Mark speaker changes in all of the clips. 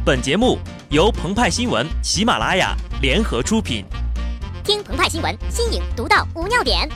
Speaker 1: 本节目由澎湃新闻、喜马拉雅联合出品。
Speaker 2: 听澎湃新闻，新颖独到，无尿点。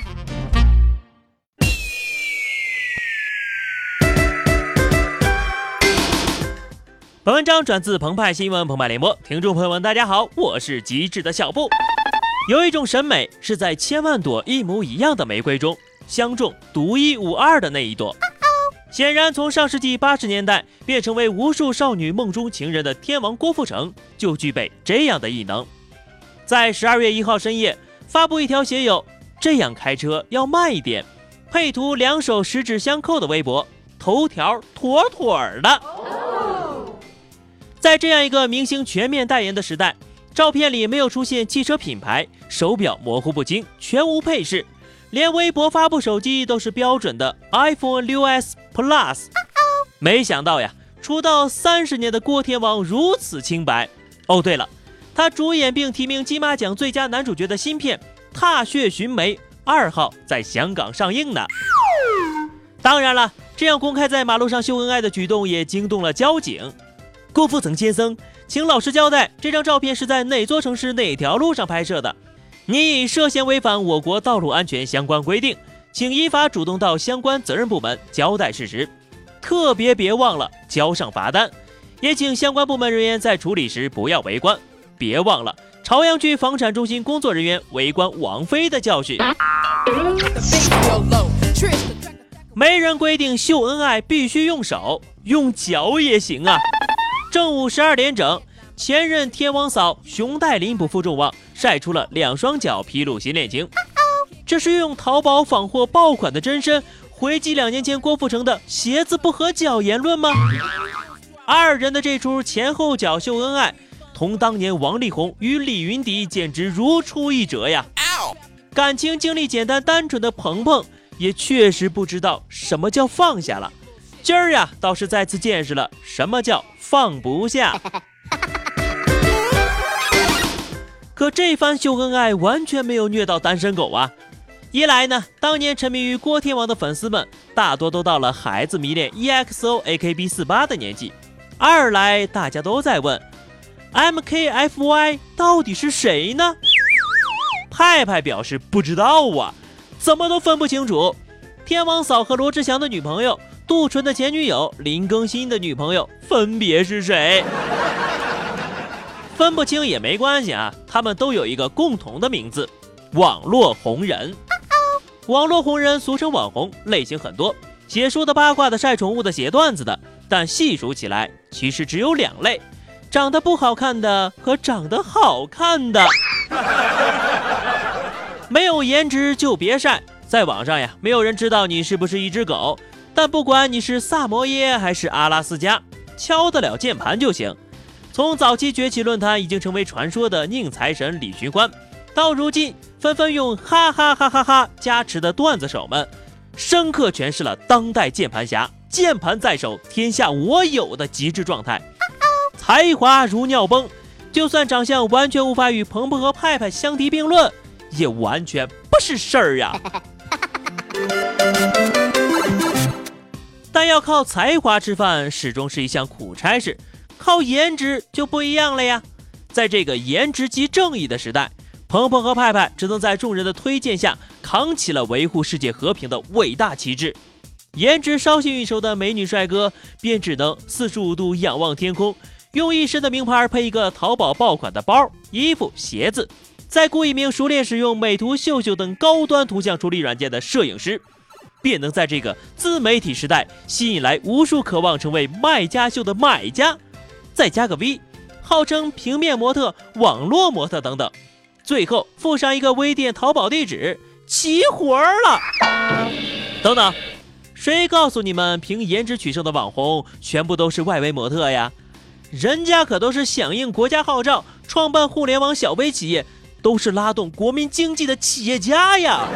Speaker 1: 本文章转自澎湃新闻澎湃联播，听众朋友们，大家好，我是极致的小布。有一种审美是在千万朵一模一样的玫瑰中相中独一无二的那一朵。显然，从上世纪80年代便成为无数少女梦中情人的天王郭富城就具备这样的异能。在12月1号深夜发布一条写有“这样开车要慢一点”，配图两手十指相扣的微博，头条妥妥的。在这样一个明星全面代言的时代，照片里没有出现汽车品牌，手表模糊不清，全无配饰，连微博发布手机都是标准的 iPhone 6s Plus。 没想到呀，出道30年的郭天王如此清白。哦对了，他主演并提名金马奖最佳男主角的新片《踏雪寻梅》2号在香港上映呢。当然了，这样公开在马路上秀恩爱的举动也惊动了交警。郭富城先生，请老实交代，这张照片是在哪座城市哪条路上拍摄的？你已涉嫌违反我国道路安全相关规定，请依法主动到相关责任部门交代事实，特别别忘了交上罚单。也请相关部门人员在处理时不要围观，别忘了朝阳区房产中心工作人员围观王菲的教训。没人规定秀恩爱必须用手，用脚也行啊。正午12点整，前任天王嫂熊黛林不负众望，晒出了2双脚披露新恋情。这是用淘宝仿货爆款的真身回击2年前郭富城的鞋子不合脚言论吗？二人的这出前后脚秀恩爱，同当年王力宏与李云迪简直如出一辙呀。感情经历简单单纯的鹏鹏也确实不知道什么叫放下了，今儿呀倒是再次见识了什么叫放不下。可这番秀恩爱完全没有虐到单身狗啊。一来呢，当年沉迷于郭天王的粉丝们大多都到了孩子迷恋 EXO AKB48 的年纪。二来大家都在问 MKFY 到底是谁呢？派派表示不知道啊，怎么都分不清楚天王嫂和罗志祥的女朋友，杜淳的前女友，林更新的女朋友分别是谁？分不清也没关系啊，他们都有一个共同的名字，网络红人。网络红人俗称网红，类型很多，写书的、八卦的、晒宠物的、写段子的，但细数起来其实只有2类，长得不好看的和长得好看的。没有颜值就别晒，在网上呀，没有人知道你是不是一只狗，但不管你是萨摩耶还是阿拉斯加，敲得了键盘就行。从早期崛起论坛已经成为传说的宁财神李寻欢，到如今纷纷用哈哈哈哈哈加持的段子手们，深刻诠释了当代键盘侠键盘在手天下我有的极致状态。才华如尿崩，就算长相完全无法与鹏鹏和派派相提并论，也完全不是事儿呀。但要靠才华吃饭始终是一项苦差事，靠颜值就不一样了呀。在这个颜值即正义的时代，鹏鹏和派派只能在众人的推荐下扛起了维护世界和平的伟大旗帜。颜值稍逊一筹的美女帅哥便只能45度仰望天空，用一身的名牌配一个淘宝爆款的包、衣服、鞋子，再雇一名熟练使用美图秀秀等高端图像处理软件的摄影师，便能在这个自媒体时代吸引来无数渴望成为卖家秀的买家，再加个 V， 号称平面模特、网络模特等等，最后附上一个微店淘宝地址，齐活了。等等，谁告诉你们凭颜值取胜的网红全部都是外围模特呀？人家可都是响应国家号召，创办互联网小微企业，都是拉动国民经济的企业家呀。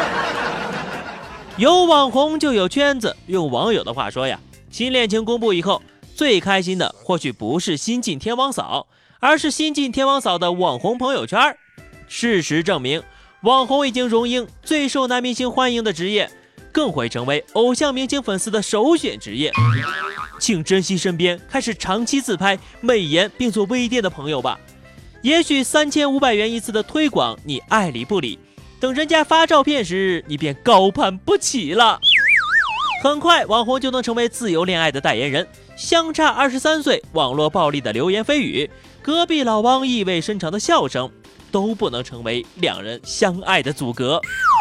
Speaker 1: 有网红就有圈子，用网友的话说呀，新恋情公布以后，最开心的或许不是新晋天王嫂，而是新晋天王嫂的网红朋友圈。事实证明，网红已经荣膺最受男明星欢迎的职业，更会成为偶像明星粉丝的首选职业。 请珍惜身边开始长期自拍、美颜并做微店的朋友吧。也许3500元一次的推广你爱理不理，等人家发照片时你便高攀不起了。很快网红就能成为自由恋爱的代言人，相差23岁，网络暴力的流言蜚语，隔壁老王意味深长的笑声，都不能成为两人相爱的阻隔。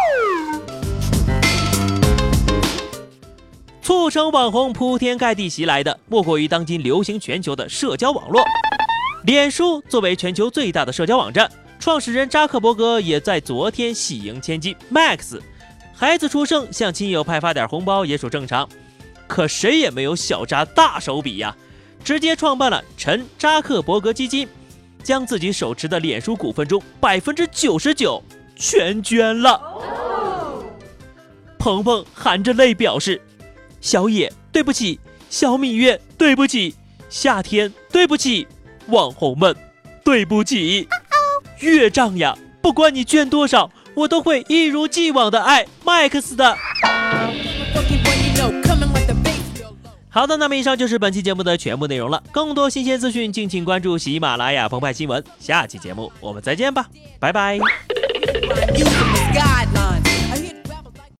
Speaker 1: 促成网红铺天盖地袭来的，莫过于当今流行全球的社交网络。脸书作为全球最大的社交网站，创始人扎克伯格也在昨天喜迎千金 Max， 孩子出生向亲友派发点红包也属正常。可谁也没有小扎大手笔呀，直接创办了陈扎克伯格基金，将自己手持的脸书股份中99%全捐了。鹏鹏含着泪表示，小野对不起，小芈月对不起，夏天对不起，网红们对不起。岳丈呀，不管你捐多少，我都会一如既往的爱 Max 的。好的，那么以上就是本期节目的全部内容了。更多新鲜资讯，敬请关注喜马拉雅澎湃新闻。下期节目我们再见吧，拜拜。